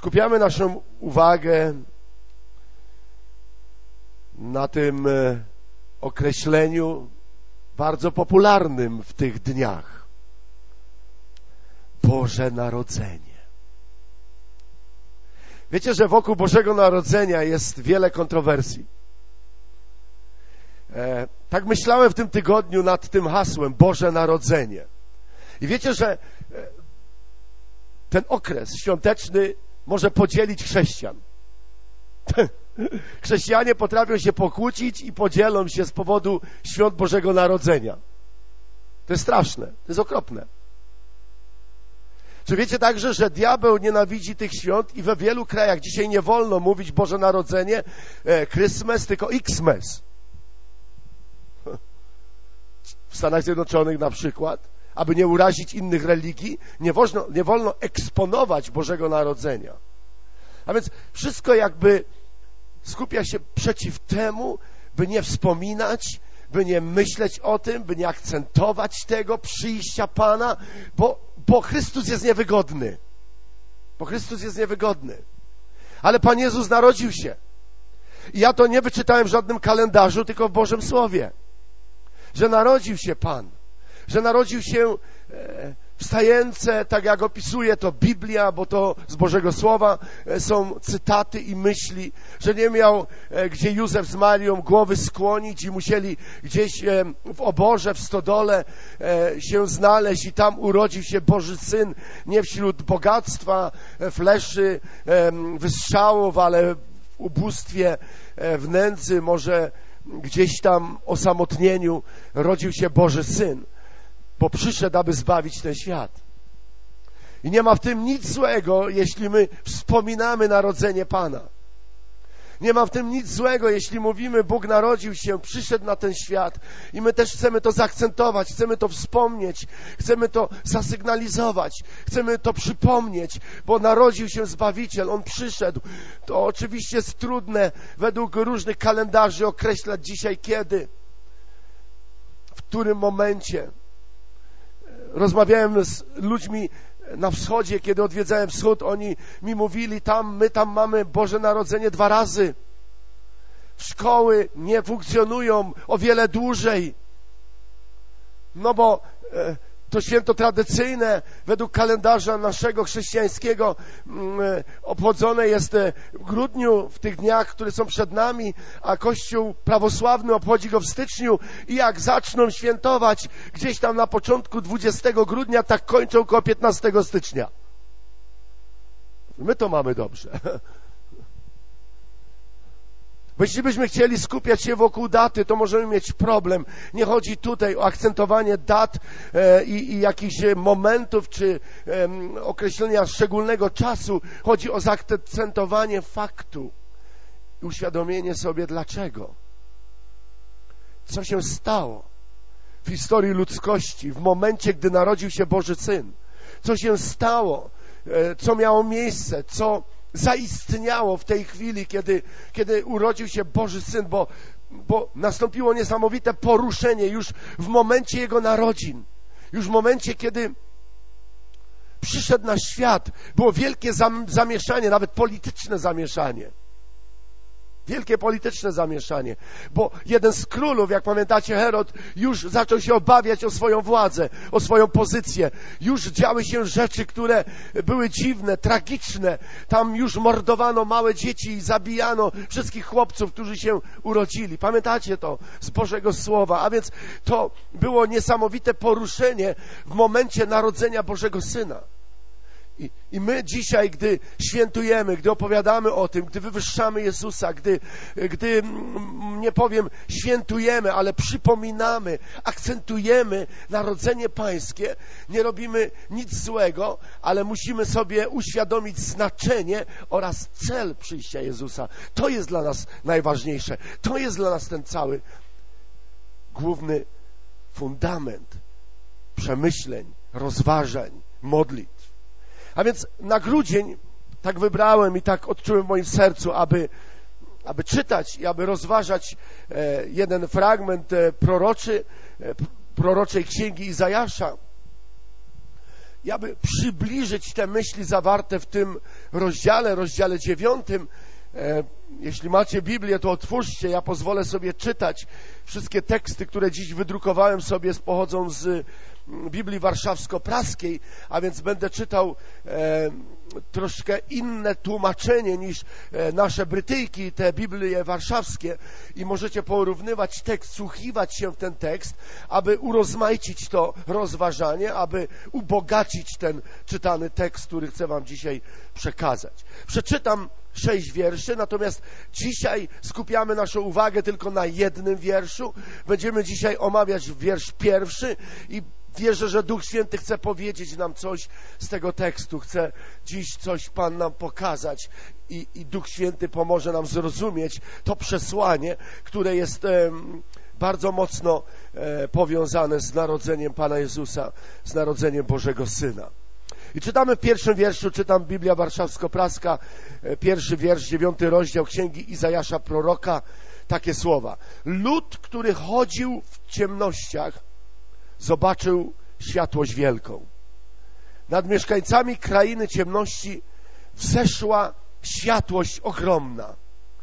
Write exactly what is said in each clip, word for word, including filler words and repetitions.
skupiamy naszą uwagę na tym określeniu bardzo popularnym w tych dniach. Boże Narodzenie. Wiecie, że wokół Bożego Narodzenia jest wiele kontrowersji. E, tak myślałem w tym tygodniu nad tym hasłem Boże Narodzenie. I wiecie, że ten okres świąteczny może podzielić chrześcijan. Chrześcijanie potrafią się pokłócić i podzielą się z powodu świąt Bożego Narodzenia. To jest straszne, to jest okropne. Czy wiecie także, że diabeł nienawidzi tych świąt i we wielu krajach dzisiaj nie wolno mówić Boże Narodzenie, e, Christmas, tylko Xmas. W Stanach Zjednoczonych na przykład, aby nie urazić innych religii, nie wolno, nie wolno eksponować Bożego Narodzenia. A więc wszystko jakby skupia się przeciw temu, by nie wspominać, by nie myśleć o tym, by nie akcentować tego przyjścia Pana, bo, bo Chrystus jest niewygodny. Bo Chrystus jest niewygodny. Ale Pan Jezus narodził się. I ja to nie wyczytałem w żadnym kalendarzu, tylko w Bożym Słowie. Że narodził się Pan. Że narodził się w stajence, tak jak opisuje to Biblia, bo to z Bożego Słowa są cytaty i myśli, że nie miał gdzie Józef z Marią głowy skłonić i musieli gdzieś w oborze, w stodole się znaleźć i tam urodził się Boży Syn, nie wśród bogactwa, fleszy, wystrzałów, ale w ubóstwie, w nędzy, może gdzieś tam osamotnieniu rodził się Boży Syn, bo przyszedł, aby zbawić ten świat. I nie ma w tym nic złego, jeśli my wspominamy narodzenie Pana. Nie ma w tym nic złego, jeśli mówimy, Bóg narodził się, przyszedł na ten świat i my też chcemy to zaakcentować, chcemy to wspomnieć, chcemy to zasygnalizować, chcemy to przypomnieć, bo narodził się Zbawiciel, On przyszedł. To oczywiście jest trudne według różnych kalendarzy określać dzisiaj kiedy, w którym momencie. Rozmawiałem z ludźmi na wschodzie, kiedy odwiedzałem wschód, oni mi mówili, tam, my tam mamy Boże Narodzenie dwa razy. Szkoły nie funkcjonują o wiele dłużej. No bo e, to święto tradycyjne według kalendarza naszego chrześcijańskiego e, obchodzone jest w grudniu, w tych dniach, które są przed nami, a Kościół prawosławny obchodzi go w styczniu i jak zaczną świętować gdzieś tam na początku dwudziestego grudnia, tak kończą około piętnastego stycznia. My to mamy dobrze. Bo jeśli byśmy chcieli skupiać się wokół daty, to możemy mieć problem. Nie chodzi tutaj o akcentowanie dat e, i, i jakichś momentów, czy e, określenia szczególnego czasu. Chodzi o zaakcentowanie faktu i uświadomienie sobie dlaczego. Co się stało w historii ludzkości, w momencie, gdy narodził się Boży Syn. Co się stało, e, co miało miejsce, co zaistniało w tej chwili, kiedy, kiedy urodził się Boży Syn, bo, bo nastąpiło niesamowite poruszenie już w momencie Jego narodzin. Już w momencie, kiedy przyszedł na świat, było wielkie zamieszanie, nawet polityczne zamieszanie. Wielkie polityczne zamieszanie, bo jeden z królów, jak pamiętacie, Herod, już zaczął się obawiać o swoją władzę, o swoją pozycję. Już działy się rzeczy, które były dziwne, tragiczne. Tam już mordowano małe dzieci i zabijano wszystkich chłopców, którzy się urodzili. Pamiętacie to z Bożego Słowa? A więc to było niesamowite poruszenie w momencie narodzenia Bożego Syna. I, I my dzisiaj, gdy świętujemy, gdy opowiadamy o tym, gdy wywyższamy Jezusa, gdy, gdy nie powiem świętujemy, ale przypominamy, akcentujemy narodzenie Pańskie, nie robimy nic złego, ale musimy sobie uświadomić znaczenie oraz cel przyjścia Jezusa. To jest dla nas najważniejsze. To jest dla nas ten cały główny fundament przemyśleń, rozważań, modlitw. A więc na grudzień tak wybrałem i tak odczułem w moim sercu, aby, aby czytać i aby rozważać jeden fragment proroczy, proroczej księgi Izajasza i aby przybliżyć te myśli zawarte w tym rozdziale, rozdziale dziewiątym. Jeśli macie Biblię, to otwórzcie. Ja pozwolę sobie czytać. Wszystkie teksty, które dziś wydrukowałem sobie, pochodzą z Biblii Warszawsko-Praskiej, a więc będę czytał e, troszkę inne tłumaczenie niż e, nasze Brytyjki, te Biblie warszawskie, i możecie porównywać tekst, słuchiwać się w ten tekst, aby urozmaicić to rozważanie, aby ubogacić ten czytany tekst, który chcę wam dzisiaj przekazać. Przeczytam sześć wierszy, natomiast dzisiaj skupiamy naszą uwagę tylko na jednym wierszu. Będziemy dzisiaj omawiać wiersz pierwszy i wierzę, że Duch Święty chce powiedzieć nam coś z tego tekstu. Chce dziś coś Pan nam pokazać i, i Duch Święty pomoże nam zrozumieć to przesłanie, które jest e, bardzo mocno e, powiązane z narodzeniem Pana Jezusa, z narodzeniem Bożego Syna. I czytamy w pierwszym wierszu, czytam Biblia Warszawsko-Praska, pierwszy wiersz, dziewiąty rozdział Księgi Izajasza proroka, takie słowa. Lud, który chodził w ciemnościach, zobaczył światłość wielką. Nad mieszkańcami krainy ciemności wzeszła światłość ogromna.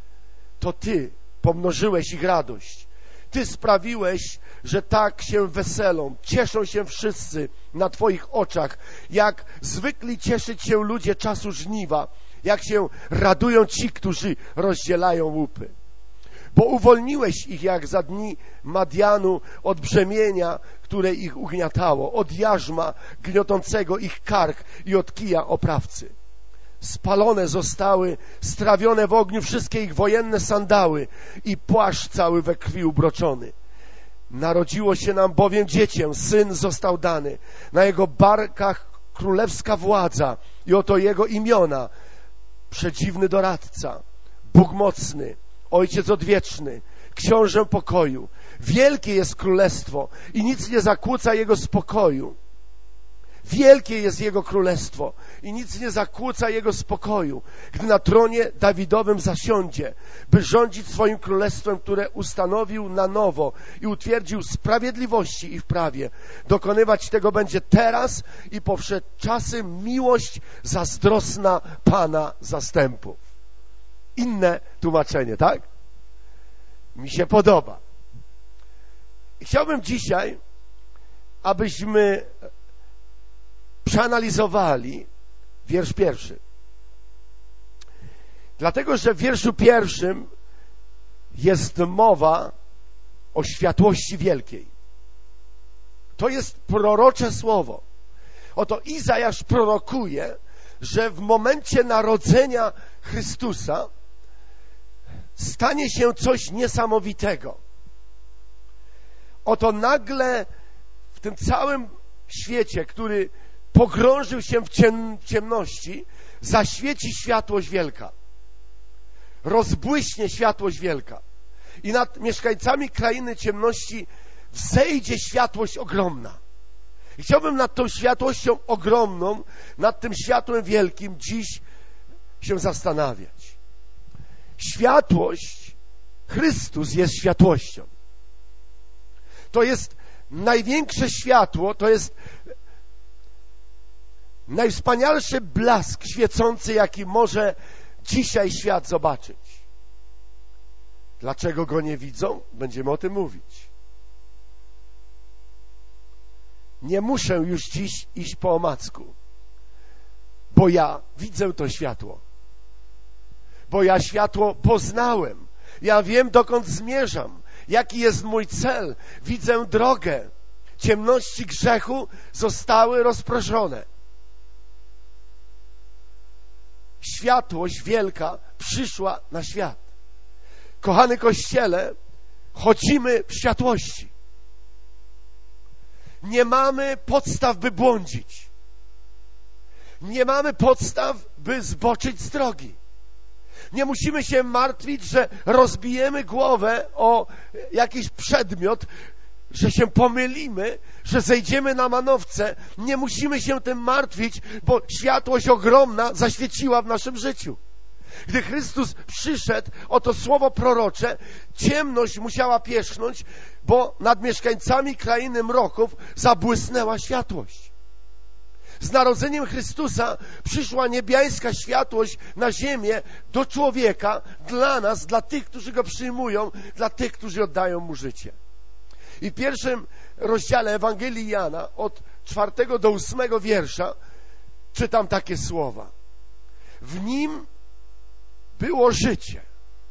To Ty pomnożyłeś ich radość. Ty sprawiłeś, że tak się weselą, cieszą się wszyscy na Twoich oczach, jak zwykli cieszyć się ludzie czasu żniwa, jak się radują ci, którzy rozdzielają łupy. Bo uwolniłeś ich jak za dni Madianu od brzemienia, które ich ugniatało, od jarzma gniotącego ich kark i od kija oprawcy. Spalone zostały, strawione w ogniu wszystkie ich wojenne sandały i płaszcz cały we krwi ubroczony. Narodziło się nam bowiem dziecię, syn został dany, na jego barkach królewska władza i oto jego imiona: Przedziwny Doradca, Bóg Mocny, Ojciec Odwieczny, Książę Pokoju. Wielkie jest królestwo i nic nie zakłóca jego spokoju. Wielkie jest Jego królestwo i nic nie zakłóca Jego spokoju, gdy na tronie Dawidowym zasiądzie, by rządzić swoim królestwem, które ustanowił na nowo i utwierdził w sprawiedliwości i w prawie. Dokonywać tego będzie teraz i po wsze czasy miłość zazdrosna Pana zastępów. Inne tłumaczenie, tak? Mi się podoba. I chciałbym dzisiaj, abyśmy przeanalizowali wiersz pierwszy. Dlatego, że w wierszu pierwszym jest mowa o światłości wielkiej. To jest prorocze słowo. Oto Izajasz prorokuje, że w momencie narodzenia Chrystusa stanie się coś niesamowitego. Oto nagle w tym całym świecie, który pogrążył się w ciemności, zaświeci światłość wielka. Rozbłyśnie światłość wielka. I nad mieszkańcami krainy ciemności wzejdzie światłość ogromna. I chciałbym nad tą światłością ogromną, nad tym światłem wielkim dziś się zastanawiać. Światłość, Chrystus jest światłością. To jest największe światło, to jest najwspanialszy blask świecący, jaki może dzisiaj świat zobaczyć. Dlaczego go nie widzą? Będziemy o tym mówić. Nie muszę już dziś iść po omacku, bo ja widzę to światło. Bo ja światło poznałem. Ja wiem, dokąd zmierzam, jaki jest mój cel. Widzę drogę. Ciemności grzechu zostały rozproszone. Światłość wielka przyszła na świat. Kochany Kościele, chodzimy w światłości. Nie mamy podstaw, by błądzić. Nie mamy podstaw, by zboczyć z drogi. Nie musimy się martwić, że rozbijemy głowę o jakiś przedmiot, że się pomylimy, że zejdziemy na manowce. Nie musimy się tym martwić, bo światłość ogromna zaświeciła w naszym życiu. Gdy Chrystus przyszedł, oto słowo prorocze, ciemność musiała pierzchnąć, bo nad mieszkańcami krainy mroków zabłysnęła światłość. Z narodzeniem Chrystusa przyszła niebiańska światłość na ziemię do człowieka, dla nas, dla tych, którzy Go przyjmują, dla tych, którzy oddają Mu życie. I w pierwszym rozdziale Ewangelii Jana od czwartego do ósmego wiersza czytam takie słowa. W Nim było życie.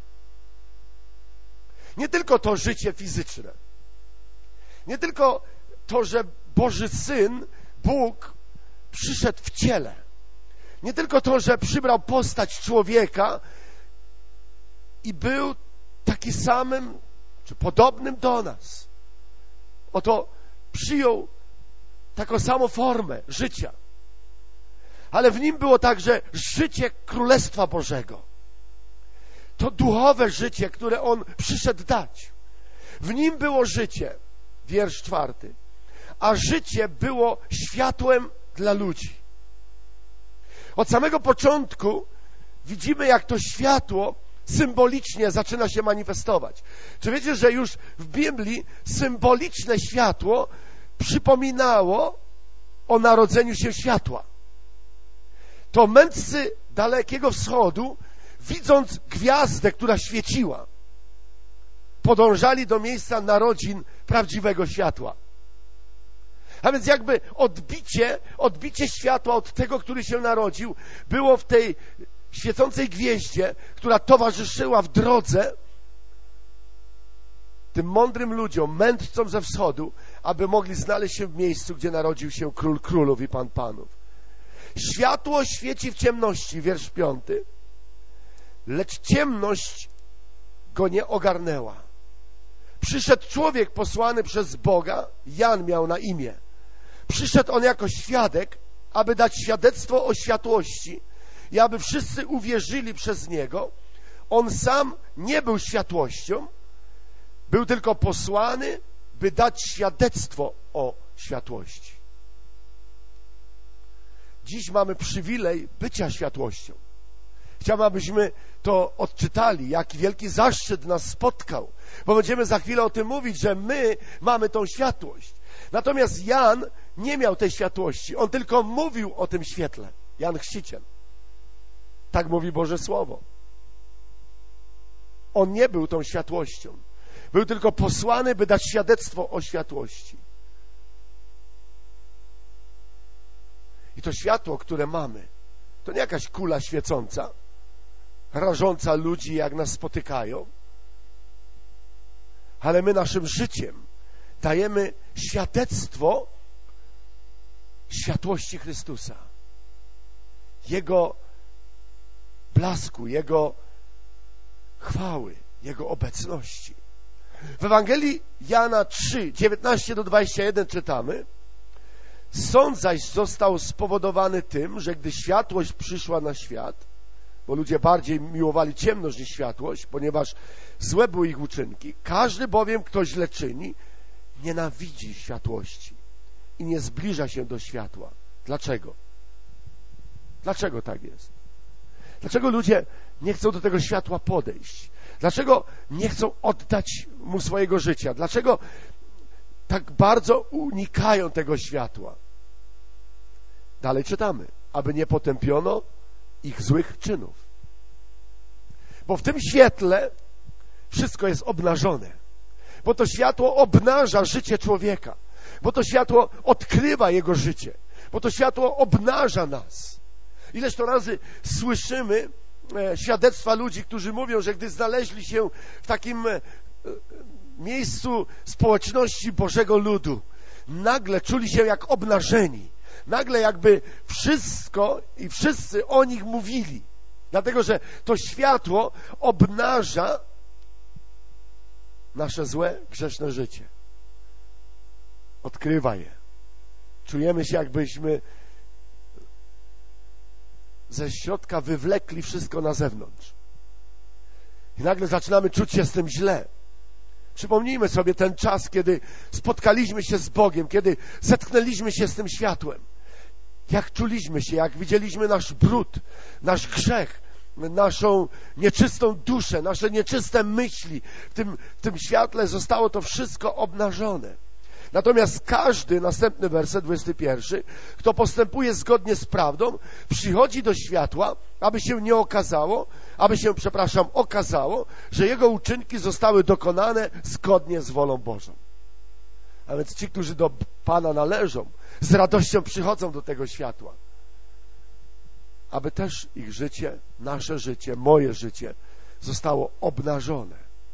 Nie tylko to życie fizyczne. Nie tylko to, że Boży Syn, Bóg, przyszedł w ciele. Nie tylko to, że przybrał postać człowieka i był taki samym, czy podobnym do nas. Oto przyjął taką samą formę życia. Ale w Nim było także życie Królestwa Bożego. To duchowe życie, które On przyszedł dać. W Nim było życie, wiersz czwarty, a życie było światłem dla ludzi. Od samego początku widzimy, jak to światło symbolicznie zaczyna się manifestować. Czy wiecie, że już w Biblii symboliczne światło przypominało o narodzeniu się światła? To mędrcy Dalekiego Wschodu, widząc gwiazdę, która świeciła, podążali do miejsca narodzin prawdziwego światła. A więc jakby odbicie, odbicie światła od tego, który się narodził, było w tej świecącej gwieździe, która towarzyszyła w drodze tym mądrym ludziom, mędrcom ze wschodu, aby mogli znaleźć się w miejscu, gdzie narodził się Król Królów i Pan Panów. Światło świeci w ciemności, wiersz piąty, lecz ciemność go nie ogarnęła. Przyszedł człowiek posłany przez Boga, Jan miał na imię. Przyszedł on jako świadek, aby dać świadectwo o światłości i aby wszyscy uwierzyli przez niego. On sam nie był światłością, był tylko posłany, by dać świadectwo o światłości. Dziś mamy przywilej bycia światłością. Chciałbym, abyśmy to odczytali, jaki wielki zaszczyt nas spotkał, bo będziemy za chwilę o tym mówić, że my mamy tą światłość. Natomiast Jan nie miał tej światłości, on tylko mówił o tym świetle. Jan Chrzciciel. Tak mówi Boże Słowo. On nie był tą światłością. Był tylko posłany, by dać świadectwo o światłości. I to światło, które mamy, to nie jakaś kula świecąca, rażąca ludzi, jak nas spotykają, ale my naszym życiem dajemy świadectwo światłości Chrystusa, Jego blasku, Jego chwały, Jego obecności. W Ewangelii Jana trzy, dziewiętnaście do dwudziestu jeden czytamy: sąd zaś został spowodowany tym, że gdy światłość przyszła na świat, bo ludzie bardziej miłowali ciemność niż światłość, ponieważ złe były ich uczynki, każdy bowiem, kto źle czyni, nienawidzi światłości i nie zbliża się do światła. Dlaczego? Dlaczego tak jest? Dlaczego ludzie nie chcą do tego światła podejść? Dlaczego nie chcą oddać mu swojego życia? Dlaczego tak bardzo unikają tego światła? Dalej czytamy, aby nie potępiono ich złych czynów. Bo w tym świetle wszystko jest obnażone. Bo to światło obnaża życie człowieka. Bo to światło odkrywa jego życie. Bo to światło obnaża nas. Ileż to razy słyszymy e, świadectwa ludzi, którzy mówią, że gdy znaleźli się w takim e, miejscu społeczności Bożego ludu, nagle czuli się jak obnażeni. Nagle jakby wszystko i wszyscy o nich mówili. Dlatego, że to światło obnaża nasze złe, grzeszne życie. Odkrywa je. Czujemy się, jakbyśmy ze środka wywlekli wszystko na zewnątrz. I nagle zaczynamy czuć się z tym źle. Przypomnijmy sobie ten czas, kiedy spotkaliśmy się z Bogiem, kiedy zetknęliśmy się z tym światłem. Jak czuliśmy się, jak widzieliśmy nasz brud, nasz grzech, naszą nieczystą duszę, nasze nieczyste myśli. W tym, w tym świetle zostało to wszystko obnażone. Natomiast każdy, następny werset, dwudziesty pierwszy, kto postępuje zgodnie z prawdą, przychodzi do światła, aby się nie okazało, aby się, przepraszam, okazało, że jego uczynki zostały dokonane zgodnie z wolą Bożą. A więc ci, którzy do Pana należą, z radością przychodzą do tego światła, aby też ich życie, nasze życie, moje życie zostało obnażone.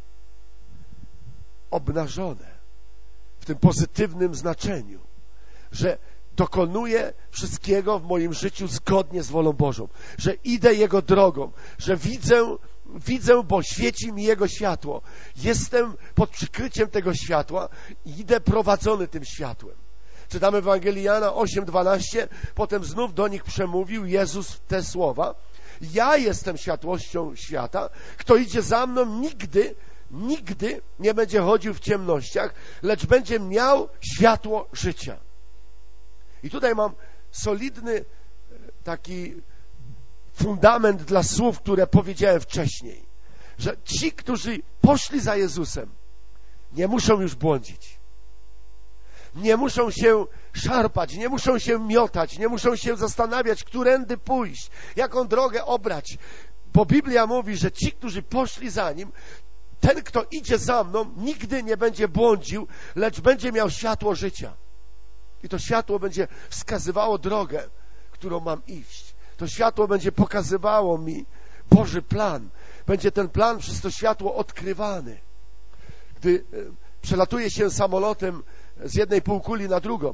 Obnażone w tym pozytywnym znaczeniu, że dokonuję wszystkiego w moim życiu zgodnie z wolą Bożą, że idę Jego drogą, że widzę, widzę, bo świeci mi Jego światło. Jestem pod przykryciem tego światła i idę prowadzony tym światłem. Czytamy w Ewangelii Jana osiem dwanaście, potem znów do nich przemówił Jezus te słowa: ja jestem światłością świata, kto idzie za mną nigdy, nigdy nie będzie chodził w ciemnościach, lecz będzie miał światło życia. I tutaj mam solidny taki fundament dla słów, które powiedziałem wcześniej, że ci, którzy poszli za Jezusem, nie muszą już błądzić. Nie muszą się szarpać, nie muszą się miotać, nie muszą się zastanawiać, którędy pójść, jaką drogę obrać. Bo Biblia mówi, że ci, którzy poszli za Nim, ten, kto idzie za mną, nigdy nie będzie błądził, lecz będzie miał światło życia. I to światło będzie wskazywało drogę, którą mam iść. To światło będzie pokazywało mi Boży plan. Będzie ten plan przez to światło odkrywany. Gdy przelatuje się samolotem z jednej półkuli na drugą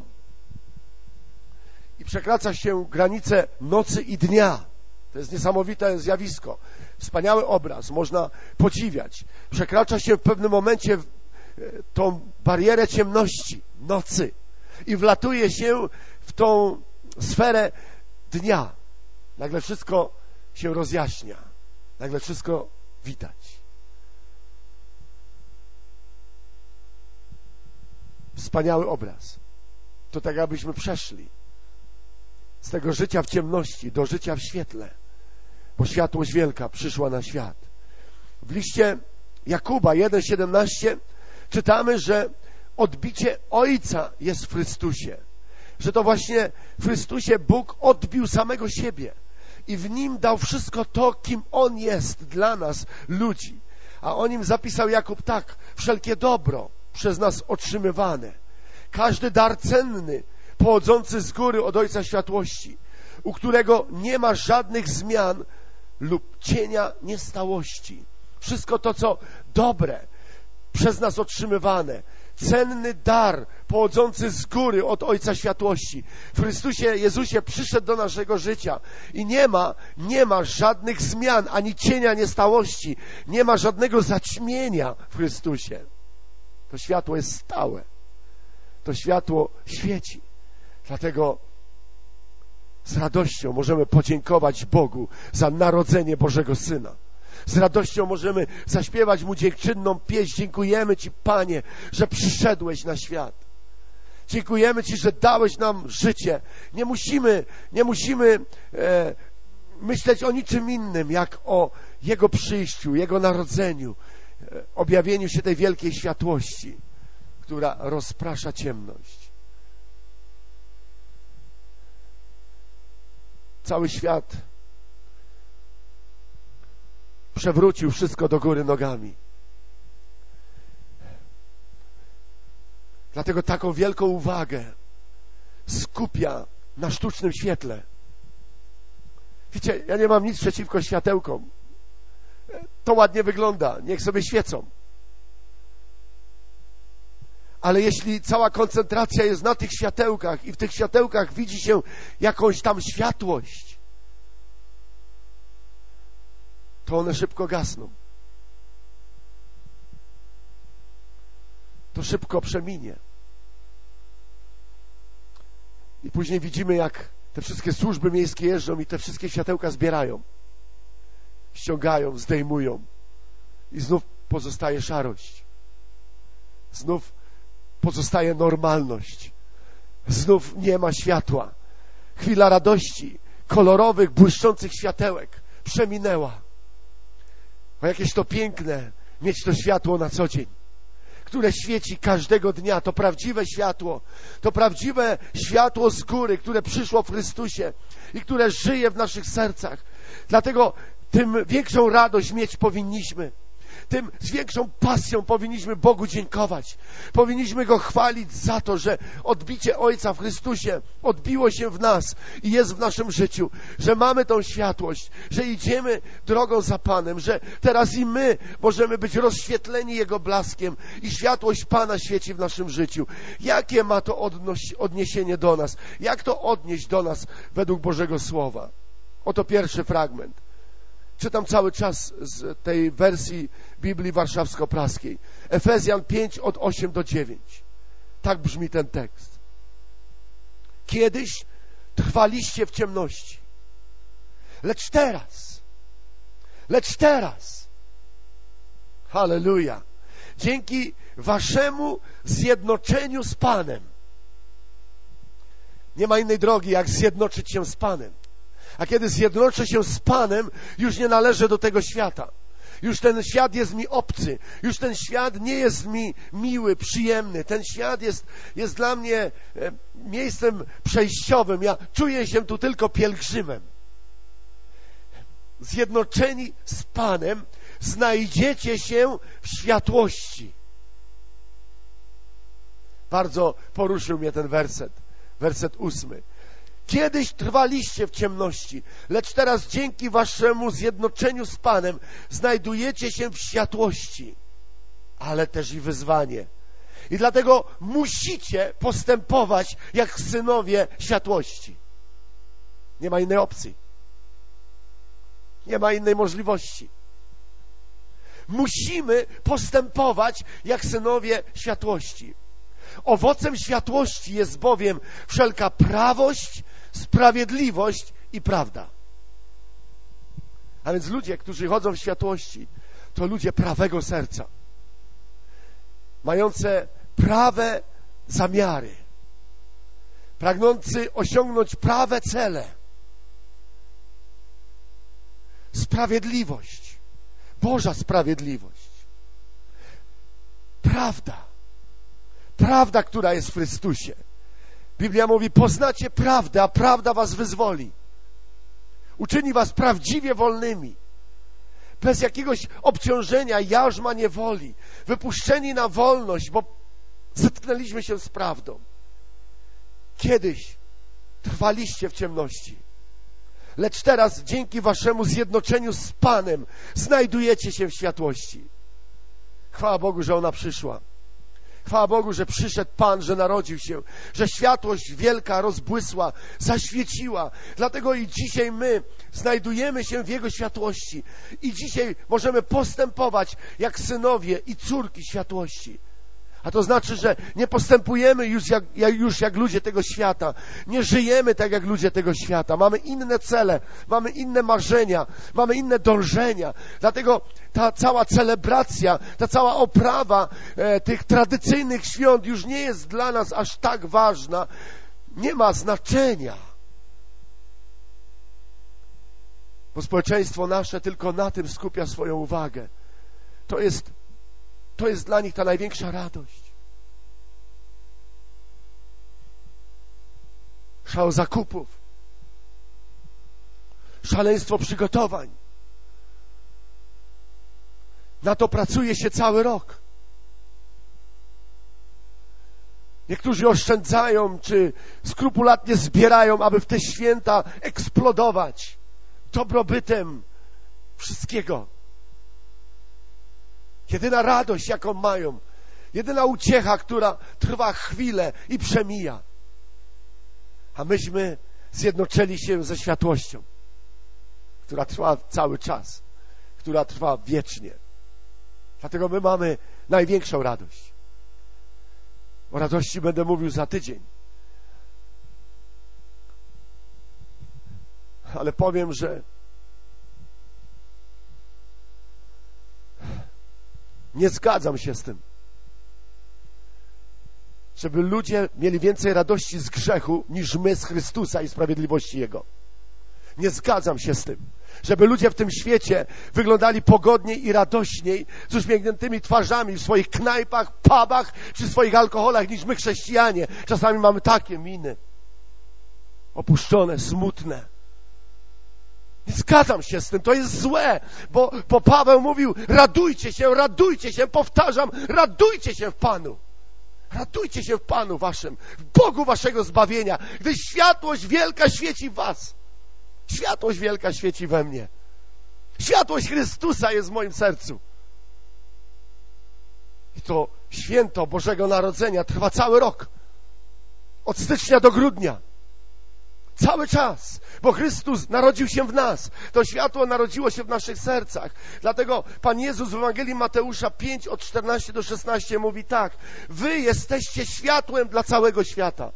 i przekracza się granicę nocy i dnia. To jest niesamowite zjawisko. Wspaniały obraz, można podziwiać. Przekracza się w pewnym momencie tą barierę ciemności, nocy i wlatuje się w tą sferę dnia. Nagle wszystko się rozjaśnia. Nagle wszystko widać. Wspaniały obraz. To tak, abyśmy przeszli z tego życia w ciemności do życia w świetle, bo światłość wielka przyszła na świat. W liście Jakuba jeden siedemnaście czytamy, że odbicie Ojca jest w Chrystusie, że to właśnie w Chrystusie Bóg odbił samego siebie i w Nim dał wszystko to, kim On jest dla nas, ludzi. A o Nim zapisał Jakub tak: wszelkie dobro przez nas otrzymywane, każdy dar cenny, pochodzący z góry od Ojca Światłości, u którego nie ma żadnych zmian lub cienia niestałości. Wszystko to, co dobre, przez nas otrzymywane, cenny dar pochodzący z góry od Ojca Światłości. W Chrystusie Jezusie przyszedł do naszego życia i nie ma, nie ma żadnych zmian, ani cienia niestałości, nie ma żadnego zaćmienia w Chrystusie. To światło jest stałe. To światło świeci. Dlatego z radością możemy podziękować Bogu za narodzenie Bożego Syna. Z radością możemy zaśpiewać Mu dziękczynną pieśń. Dziękujemy Ci, Panie, że przyszedłeś na świat. Dziękujemy Ci, że dałeś nam życie. Nie musimy, nie musimy e, myśleć o niczym innym, jak o Jego przyjściu, Jego narodzeniu, e, objawieniu się tej wielkiej światłości, która rozprasza ciemność. Cały świat przewrócił wszystko do góry nogami. Dlatego taką wielką uwagę skupia na sztucznym świetle. Wiecie, ja nie mam nic przeciwko światełkom. To ładnie wygląda, niech sobie świecą. Ale jeśli cała koncentracja jest na tych światełkach i w tych światełkach widzi się jakąś tam światłość, to one szybko gasną. To szybko przeminie. I później widzimy, jak te wszystkie służby miejskie jeżdżą i te wszystkie światełka zbierają, ściągają, zdejmują i znów pozostaje szarość. Znów pozostaje normalność. Znów nie ma światła. Chwila radości, kolorowych, błyszczących światełek przeminęła. A jakieś to piękne mieć to światło na co dzień, które świeci każdego dnia. To prawdziwe światło. To prawdziwe światło z góry, które przyszło w Chrystusie i które żyje w naszych sercach. Dlatego tym większą radość mieć powinniśmy. Tym z większą pasją powinniśmy Bogu dziękować. Powinniśmy Go chwalić za to, że odbicie Ojca w Chrystusie odbiło się w nas i jest w naszym życiu. Że mamy tą światłość, że idziemy drogą za Panem, że teraz i my możemy być rozświetleni Jego blaskiem i światłość Pana świeci w naszym życiu. Jakie ma to odnoś, odniesienie do nas? Jak to odnieść do nas według Bożego Słowa? Oto pierwszy fragment. Czytam cały czas z tej wersji Biblii Warszawsko-Praskiej. Efezjan pięć od ósmego do dziewiątego. Tak brzmi ten tekst. Kiedyś trwaliście w ciemności, lecz teraz, lecz teraz, halleluja, dzięki waszemu zjednoczeniu z Panem. Nie ma innej drogi, jak zjednoczyć się z Panem. A kiedy zjednoczę się z Panem, już nie należę do tego świata. Już ten świat jest mi obcy. Już ten świat nie jest mi miły, przyjemny. Ten świat jest, jest dla mnie miejscem przejściowym. Ja czuję się tu tylko pielgrzymem. Zjednoczeni z Panem znajdziecie się w światłości. Bardzo poruszył mnie ten werset. Werset ósmy. Kiedyś trwaliście w ciemności, lecz teraz dzięki waszemu zjednoczeniu z Panem znajdujecie się w światłości, ale też i wyzwanie. I dlatego musicie postępować jak synowie światłości. Nie ma innej opcji. Nie ma innej możliwości. Musimy postępować jak synowie światłości. Owocem światłości jest bowiem wszelka prawość, sprawiedliwość i prawda. A więc ludzie, którzy chodzą w światłości, to ludzie prawego serca, mające prawe zamiary, pragnący osiągnąć prawe cele. Sprawiedliwość, Boża sprawiedliwość, prawda. Prawda, która jest w Chrystusie. Biblia mówi, poznacie prawdę, a prawda was wyzwoli. Uczyni was prawdziwie wolnymi. Bez jakiegoś obciążenia, jarzma niewoli. Wypuszczeni na wolność, bo zetknęliśmy się z prawdą. Kiedyś trwaliście w ciemności, lecz teraz dzięki waszemu zjednoczeniu z Panem znajdujecie się w światłości. Chwała Bogu, że ona przyszła. Chwała Bogu, że przyszedł Pan, że narodził się, że światłość wielka rozbłysła, zaświeciła. Dlatego i dzisiaj my znajdujemy się w Jego światłości. I dzisiaj możemy postępować jak synowie i córki światłości. A to znaczy, że nie postępujemy już jak, jak, już jak ludzie tego świata. Nie żyjemy tak jak ludzie tego świata. Mamy inne cele, mamy inne marzenia, mamy inne dążenia. Dlatego ta cała celebracja, ta cała oprawa e, tych tradycyjnych świąt już nie jest dla nas aż tak ważna. Nie ma znaczenia. Bo społeczeństwo nasze tylko na tym skupia swoją uwagę. To jest To jest dla nich ta największa radość. Szał zakupów, szaleństwo przygotowań. Na to pracuje się cały rok. Niektórzy oszczędzają, czy skrupulatnie zbierają, aby w te święta eksplodować dobrobytem wszystkiego. Jedyna radość, jaką mają, jedyna uciecha, która trwa chwilę i przemija. A myśmy zjednoczyli się ze światłością, która trwa cały czas, która trwa wiecznie. Dlatego my mamy największą radość. O radości będę mówił za tydzień. Ale powiem, że nie zgadzam się z tym, żeby ludzie mieli więcej radości z grzechu niż my z Chrystusa i sprawiedliwości Jego. Nie zgadzam się z tym, żeby ludzie w tym świecie wyglądali pogodniej i radośniej z uśmiechniętymi twarzami w swoich knajpach, pubach czy swoich alkoholach niż my chrześcijanie. Czasami mamy takie miny. Opuszczone, smutne. Nie zgadzam się z tym, to jest złe, bo, bo Paweł mówił, radujcie się, radujcie się, powtarzam, radujcie się w Panu. Radujcie się w Panu waszym, w Bogu waszego zbawienia, gdyż światłość wielka świeci w was. Światłość wielka świeci we mnie. Światłość Chrystusa jest w moim sercu. I to święto Bożego Narodzenia trwa cały rok. Od stycznia do grudnia. Cały czas, bo Chrystus narodził się w nas. To światło narodziło się w naszych sercach. Dlatego Pan Jezus w Ewangelii Mateusza pięć, od czternastego do szesnastego mówi tak. Wy jesteście światłem dla całego świata.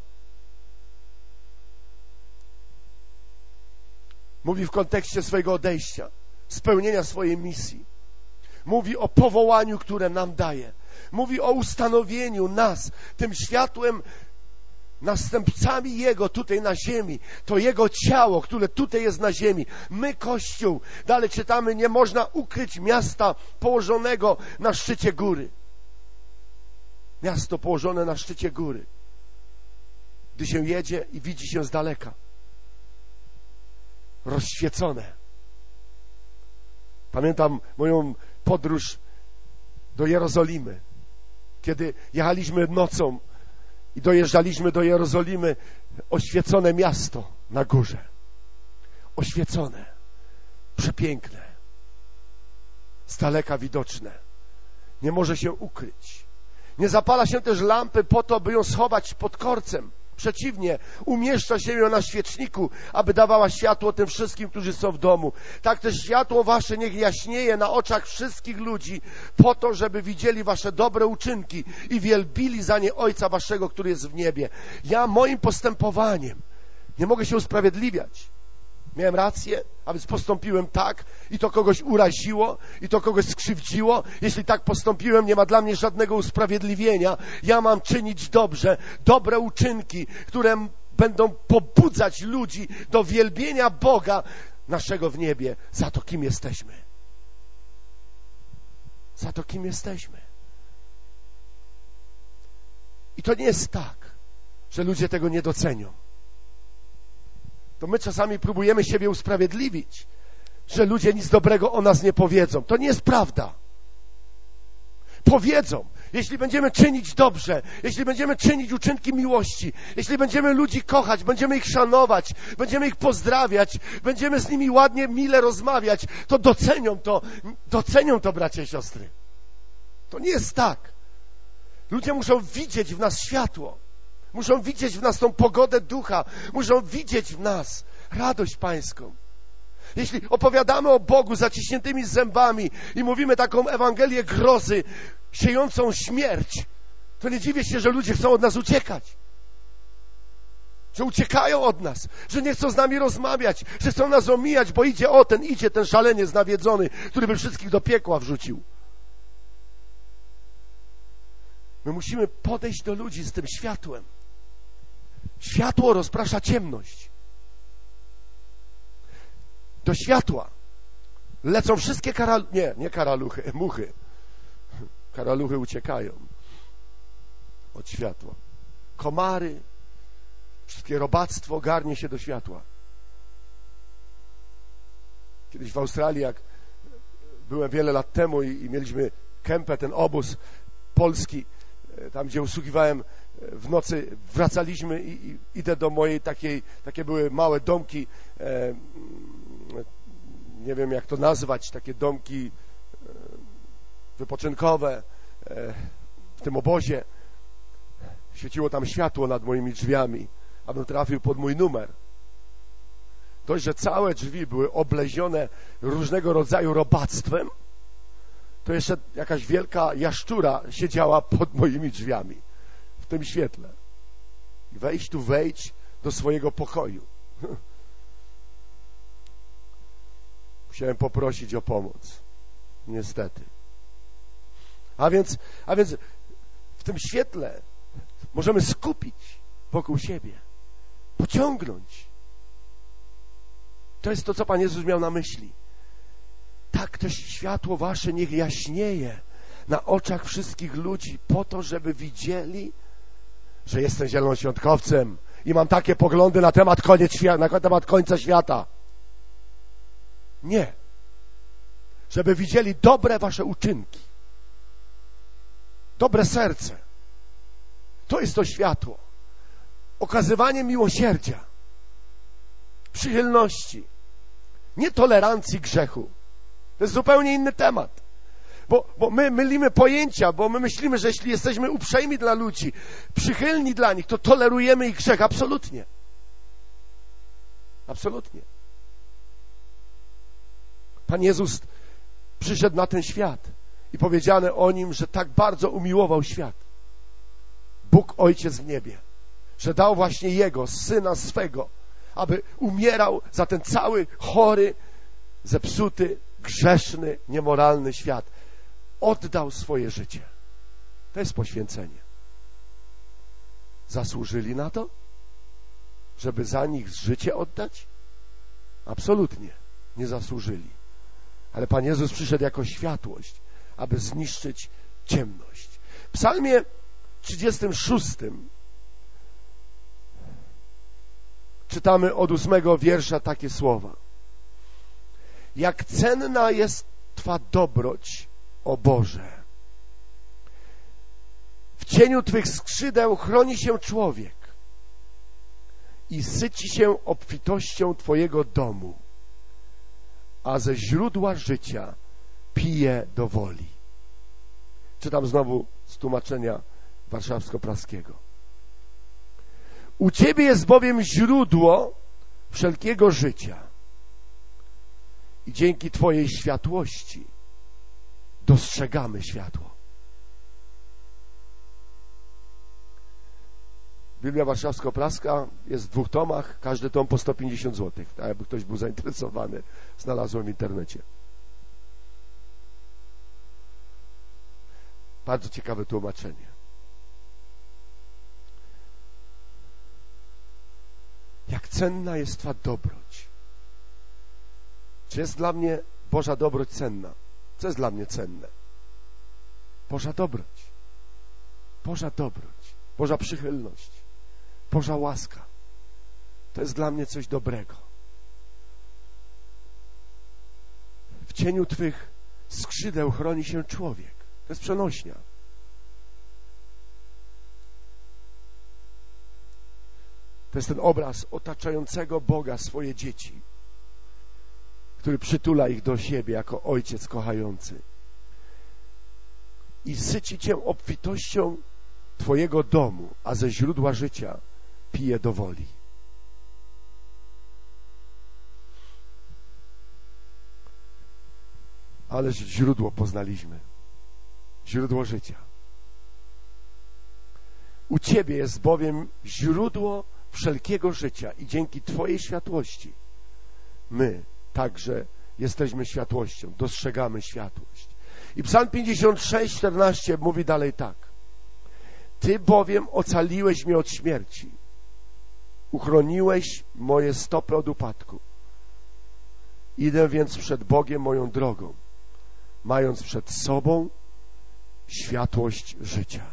Mówi w kontekście swojego odejścia, spełnienia swojej misji. Mówi o powołaniu, które nam daje. Mówi o ustanowieniu nas tym światłem, następcami Jego tutaj na ziemi. To Jego ciało, które tutaj jest na ziemi. My, Kościół. Dalej czytamy, nie można ukryć miasta położonego na szczycie góry. Miasto położone na szczycie góry. Gdy się jedzie i widzi się z daleka. Rozświecone. Pamiętam moją podróż do Jerozolimy. Kiedy jechaliśmy nocą i dojeżdżaliśmy do Jerozolimy, oświecone miasto na górze. Oświecone. Przepiękne. Z daleka widoczne. Nie może się ukryć. Nie zapala się też lampy po to, by ją schować pod korcem. Przeciwnie, umieszcza się ją na świeczniku, aby dawała światło tym wszystkim, którzy są w domu. Tak też światło wasze niech jaśnieje na oczach wszystkich ludzi, po to, żeby widzieli wasze dobre uczynki i wielbili za nie Ojca waszego, który jest w niebie. Ja moim postępowaniem nie mogę się usprawiedliwiać. Miałem rację, a więc postąpiłem tak i to kogoś uraziło i to kogoś skrzywdziło. Jeśli tak postąpiłem, nie ma dla mnie żadnego usprawiedliwienia. Ja mam czynić dobrze, dobre uczynki, które będą pobudzać ludzi do wielbienia Boga naszego w niebie za to, kim jesteśmy. Za to, kim jesteśmy. I to nie jest tak, że ludzie tego nie docenią. To my czasami próbujemy siebie usprawiedliwić, że ludzie nic dobrego o nas nie powiedzą. To nie jest prawda. Powiedzą, jeśli będziemy czynić dobrze, jeśli będziemy czynić uczynki miłości, jeśli będziemy ludzi kochać, będziemy ich szanować, będziemy ich pozdrawiać, będziemy z nimi ładnie, mile rozmawiać, to docenią to, docenią to, bracia i siostry. To nie jest tak. Ludzie muszą widzieć w nas światło. Muszą widzieć w nas tą pogodę ducha. Muszą widzieć w nas radość pańską. Jeśli opowiadamy o Bogu zaciśniętymi zębami i mówimy taką Ewangelię grozy, siejącą śmierć, to nie dziwię się, że ludzie chcą od nas uciekać. Że uciekają od nas, że nie chcą z nami rozmawiać, że chcą nas omijać, bo idzie o ten, idzie ten szaleniec nawiedzony, który by wszystkich do piekła wrzucił. My musimy podejść do ludzi z tym światłem. Światło rozprasza ciemność. Do światła lecą wszystkie karaluchy, nie, nie karaluchy, muchy. Karaluchy uciekają od światła. Komary, wszystkie robactwo garnie się do światła. Kiedyś w Australii, jak byłem wiele lat temu i, i mieliśmy kempę, ten obóz polski, tam gdzie usługiwałem w nocy, wracaliśmy i, i idę do mojej takiej, takie były małe domki, e, nie wiem jak to nazwać, takie domki e, wypoczynkowe e, w tym obozie. Świeciło tam światło nad moimi drzwiami, abym trafił pod mój numer. Dość, że całe drzwi były oblezione różnego rodzaju robactwem, to jeszcze jakaś wielka jaszczura siedziała pod moimi drzwiami w tym świetle. Wejdź tu, wejdź do swojego pokoju. Musiałem poprosić o pomoc. Niestety. A więc, a więc w tym świetle możemy skupić wokół siebie, pociągnąć to jest to, co Pan Jezus miał na myśli. Tak to światło wasze niech jaśnieje na oczach wszystkich ludzi, po to, żeby widzieli, że jestem zielonoświątkowcem i mam takie poglądy na temat, koniec świata, na temat końca świata. Nie. Żeby widzieli dobre wasze uczynki, dobre serce. To jest to światło. Okazywanie miłosierdzia, przychylności, nietolerancji grzechu. To jest zupełnie inny temat. Bo, bo my mylimy pojęcia, bo my myślimy, że jeśli jesteśmy uprzejmi dla ludzi, przychylni dla nich, to tolerujemy ich grzech. Absolutnie. Absolutnie. Pan Jezus przyszedł na ten świat i powiedziane o Nim, że tak bardzo umiłował świat. Bóg Ojciec w niebie, że dał właśnie Jego, Syna swego, aby umierał za ten cały chory, zepsuty, grzeszny, niemoralny świat. Oddał swoje życie. To jest poświęcenie. Zasłużyli na to, żeby za nich życie oddać? Absolutnie nie zasłużyli. Ale Pan Jezus przyszedł jako światłość, aby zniszczyć ciemność. W Psalmie trzydziestym szóstym czytamy od ósmego wiersza takie słowa. Jak cenna jest Twa dobroć, o Boże. W cieniu Twych skrzydeł chroni się człowiek i syci się obfitością Twojego domu, a ze źródła życia pije do woli. Czytam znowu z tłumaczenia warszawsko-praskiego. U Ciebie jest bowiem źródło wszelkiego życia i dzięki Twojej światłości dostrzegamy światło. Biblia warszawsko-praska jest w dwóch tomach, każdy tom po sto pięćdziesiąt złotych. Tak, jakby ktoś był zainteresowany, znalazłem w internecie. Bardzo ciekawe tłumaczenie. Jak cenna jest Twa dobroć. Czy jest dla mnie Boża dobroć cenna? Co jest dla mnie cenne? Boża dobroć. Boża dobroć. Boża przychylność. Boża łaska. To jest dla mnie coś dobrego. W cieniu Twych skrzydeł chroni się człowiek. To jest przenośnia. To jest ten obraz otaczającego Boga swoje dzieci, który przytula ich do siebie jako ojciec kochający. I syci Cię obfitością Twojego domu, a ze źródła życia pije do woli. Ależ źródło poznaliśmy. Źródło życia. U Ciebie jest bowiem źródło wszelkiego życia i dzięki Twojej światłości my także jesteśmy światłością, dostrzegamy światłość. I Psalm pięćdziesiąt sześć, czternaście mówi dalej tak. Ty bowiem ocaliłeś mnie od śmierci, uchroniłeś moje stopy od upadku. Idę więc przed Bogiem moją drogą, mając przed sobą światłość życia.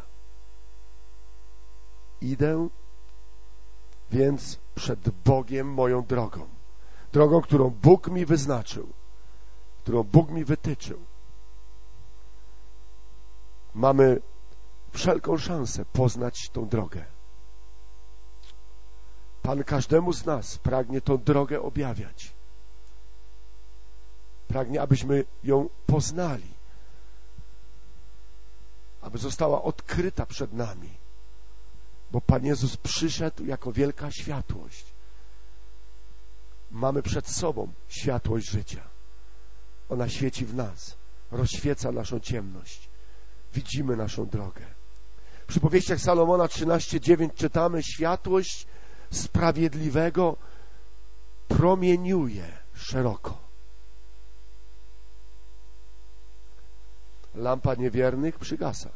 Idę więc przed Bogiem moją drogą, drogą, którą Bóg mi wyznaczył, którą Bóg mi wytyczył. Mamy wszelką szansę poznać tą drogę. Pan każdemu z nas pragnie tą drogę objawiać. Pragnie, abyśmy ją poznali, aby została odkryta przed nami, bo Pan Jezus przyszedł jako wielka światłość. Mamy przed sobą światłość życia. Ona świeci w nas, rozświeca naszą ciemność. Widzimy naszą drogę. W Przypowieściach Salomona trzynaście dziewięć czytamy: światłość sprawiedliwego promieniuje szeroko. Lampa niewiernych przygasa.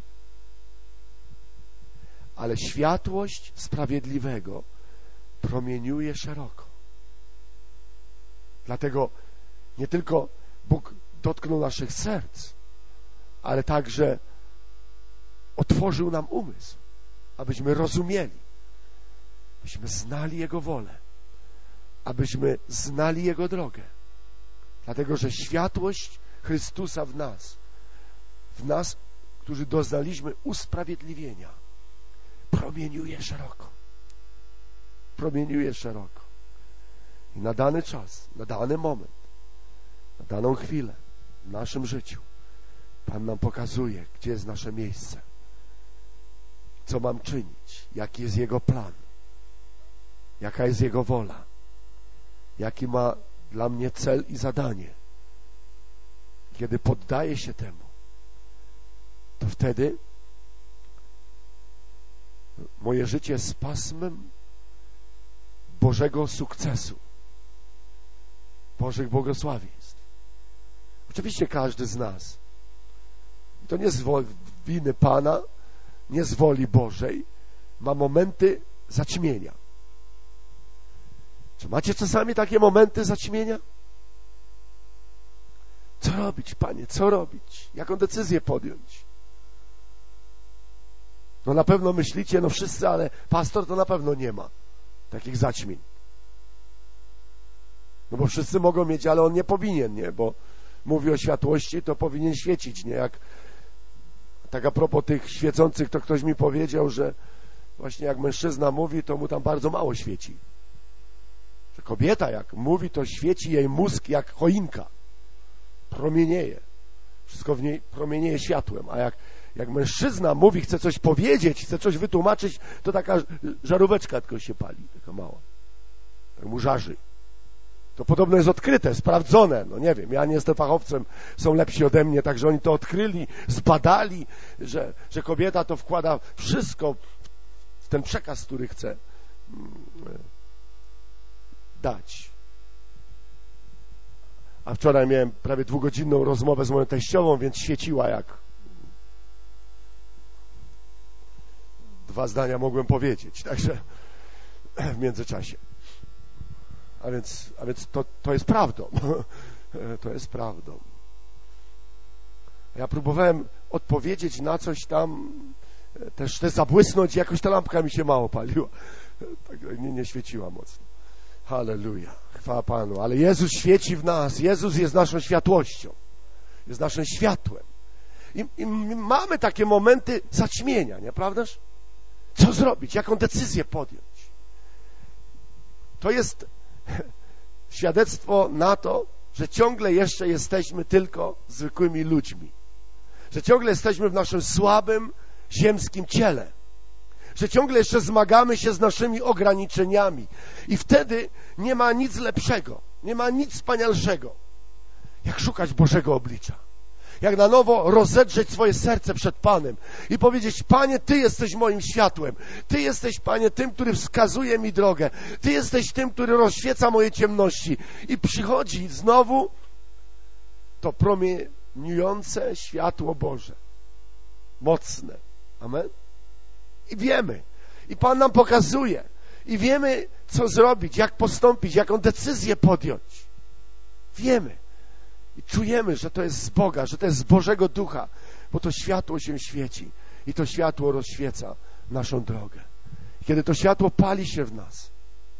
Ale światłość sprawiedliwego promieniuje szeroko. Dlatego nie tylko Bóg dotknął naszych serc, ale także otworzył nam umysł, abyśmy rozumieli, abyśmy znali Jego wolę, abyśmy znali Jego drogę. Dlatego, że światłość Chrystusa w nas, w nas, którzy doznaliśmy usprawiedliwienia, promieniuje szeroko. Promieniuje szeroko. I na dany czas, na dany moment, na daną chwilę w naszym życiu Pan nam pokazuje, gdzie jest nasze miejsce, co mam czynić, jaki jest Jego plan, jaka jest Jego wola, jaki ma dla mnie cel i zadanie. Kiedy poddaję się temu, to wtedy moje życie jest pasmem Bożego sukcesu, Bożych błogosławieństw. Oczywiście każdy z nas, to nie z winy Pana, nie z woli Bożej, ma momenty zaćmienia. Czy macie czasami takie momenty zaćmienia? Co robić, Panie? Co robić? Jaką decyzję podjąć? No na pewno myślicie, no wszyscy, ale pastor to na pewno nie ma takich zaćmień. No bo wszyscy mogą mieć, ale on nie powinien, nie? Bo mówi o światłości, to powinien świecić, nie? Jak tak a propos tych świecących, to ktoś mi powiedział, że właśnie jak mężczyzna mówi, to mu tam bardzo mało świeci. Że kobieta jak mówi, to świeci jej mózg jak choinka. Promienieje. Wszystko w niej promienieje światłem. A jak, jak mężczyzna mówi, chce coś powiedzieć, chce coś wytłumaczyć, to taka żaróweczka tylko się pali, taka mała. Tak mu żarzy. To podobno jest odkryte, sprawdzone. No nie wiem, ja nie jestem fachowcem, są lepsi ode mnie, także oni to odkryli, zbadali, że, że kobieta to wkłada wszystko w ten przekaz, który chce dać. A wczoraj miałem prawie dwugodzinną rozmowę z moją teściową, więc świeciła jak dwa zdania mogłem powiedzieć, także w międzyczasie. A więc, a więc to, to jest prawdą. To jest prawdą. Ja próbowałem odpowiedzieć na coś tam, też, też zabłysnąć, jakoś ta lampka mi się mało paliła. Tak nie, nie świeciła mocno. Halleluja. Chwała Panu. Ale Jezus świeci w nas. Jezus jest naszą światłością. Jest naszym światłem. I, i mamy takie momenty zaćmienia, nieprawdaż? Co zrobić? Jaką decyzję podjąć? To jest świadectwo na to, że ciągle jeszcze jesteśmy tylko zwykłymi ludźmi. Że ciągle jesteśmy w naszym słabym, ziemskim ciele. Że ciągle jeszcze zmagamy się z naszymi ograniczeniami. I wtedy nie ma nic lepszego, nie ma nic wspanialszego, jak szukać Bożego oblicza. Jak na nowo rozedrzeć swoje serce przed Panem i powiedzieć: Panie, Ty jesteś moim światłem. Ty jesteś, Panie, tym, który wskazuje mi drogę. Ty jesteś tym, który rozświeca moje ciemności. I przychodzi znowu to promieniujące światło Boże. Mocne. Amen? I wiemy. I Pan nam pokazuje. I wiemy, co zrobić, jak postąpić, jaką decyzję podjąć. Wiemy. I czujemy, że to jest z Boga, że to jest z Bożego Ducha, bo to światło się świeci i to światło rozświeca naszą drogę. I kiedy to światło pali się w nas,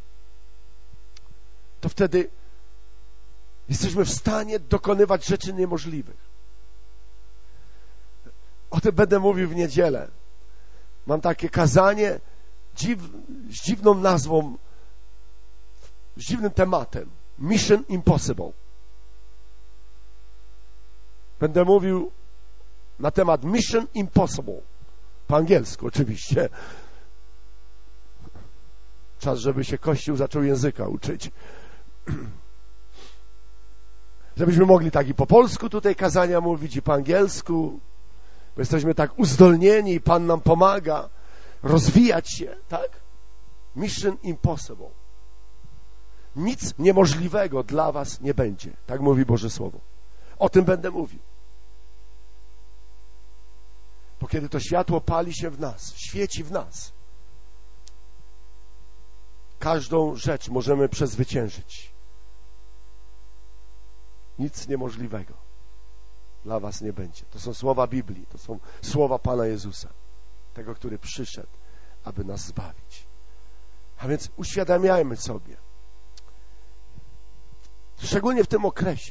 to wtedy jesteśmy w stanie dokonywać rzeczy niemożliwych. O tym będę mówił w niedzielę. Mam takie kazanie dziw, z dziwną nazwą, z dziwnym tematem. Mission Impossible. Będę mówił na temat Mission Impossible. Po angielsku oczywiście. Czas, żeby się Kościół zaczął języka uczyć. Żebyśmy mogli tak i po polsku tutaj kazania mówić, i po angielsku. Bo jesteśmy tak uzdolnieni i Pan nam pomaga rozwijać się, tak? Mission Impossible. Nic niemożliwego dla was nie będzie. Tak mówi Boże Słowo. O tym będę mówił. Bo kiedy to światło pali się w nas, świeci w nas, każdą rzecz możemy przezwyciężyć. Nic niemożliwego dla was nie będzie. To są słowa Biblii, to są słowa Pana Jezusa, tego, który przyszedł, aby nas zbawić. A więc uświadamiajmy sobie, szczególnie w tym okresie,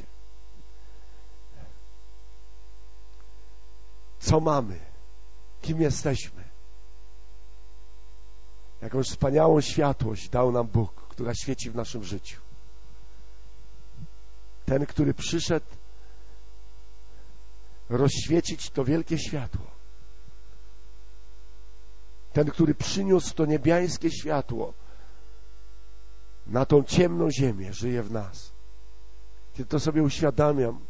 co mamy, kim jesteśmy. Jakąś wspaniałą światłość dał nam Bóg, która świeci w naszym życiu. Ten, który przyszedł rozświecić to wielkie światło. Ten, który przyniósł to niebiańskie światło na tą ciemną ziemię, żyje w nas. Kiedy to sobie uświadamiam,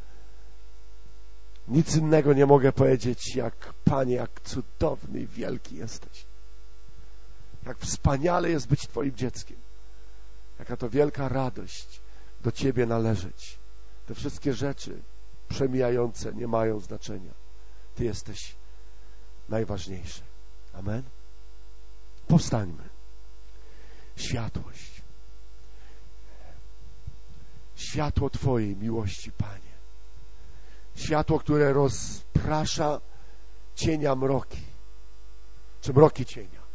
nic innego nie mogę powiedzieć, jak Panie, jak cudowny i wielki jesteś. Jak wspaniale jest być Twoim dzieckiem. Jaka to wielka radość do Ciebie należeć. Te wszystkie rzeczy przemijające nie mają znaczenia. Ty jesteś najważniejszy. Amen. Powstańmy. Światłość. Światło Twojej miłości, Panie. Światło, które rozprasza cienia mroki. Czy mroki cienia.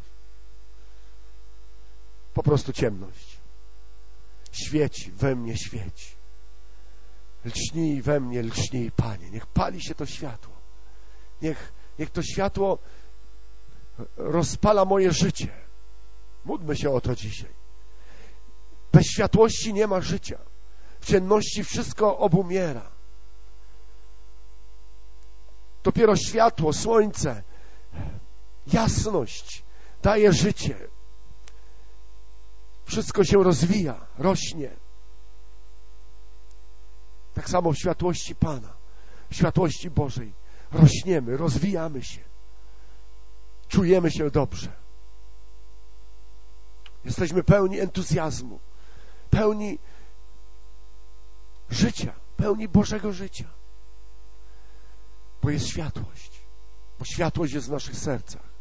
Po prostu ciemność. Świeci we mnie, świeci. Lśnij we mnie, lśnij, Panie. Niech pali się to światło. Niech, niech to światło rozpala moje życie. Módlmy się o to dzisiaj. Bez światłości nie ma życia. W ciemności wszystko obumiera. Dopiero światło, słońce, jasność daje życie. Wszystko się rozwija, rośnie. Tak samo w światłości Pana, w światłości Bożej rośniemy, rozwijamy się. Czujemy się dobrze. Jesteśmy pełni entuzjazmu, pełni życia, pełni Bożego życia. Bo jest światłość. Bo światłość jest w naszych sercach.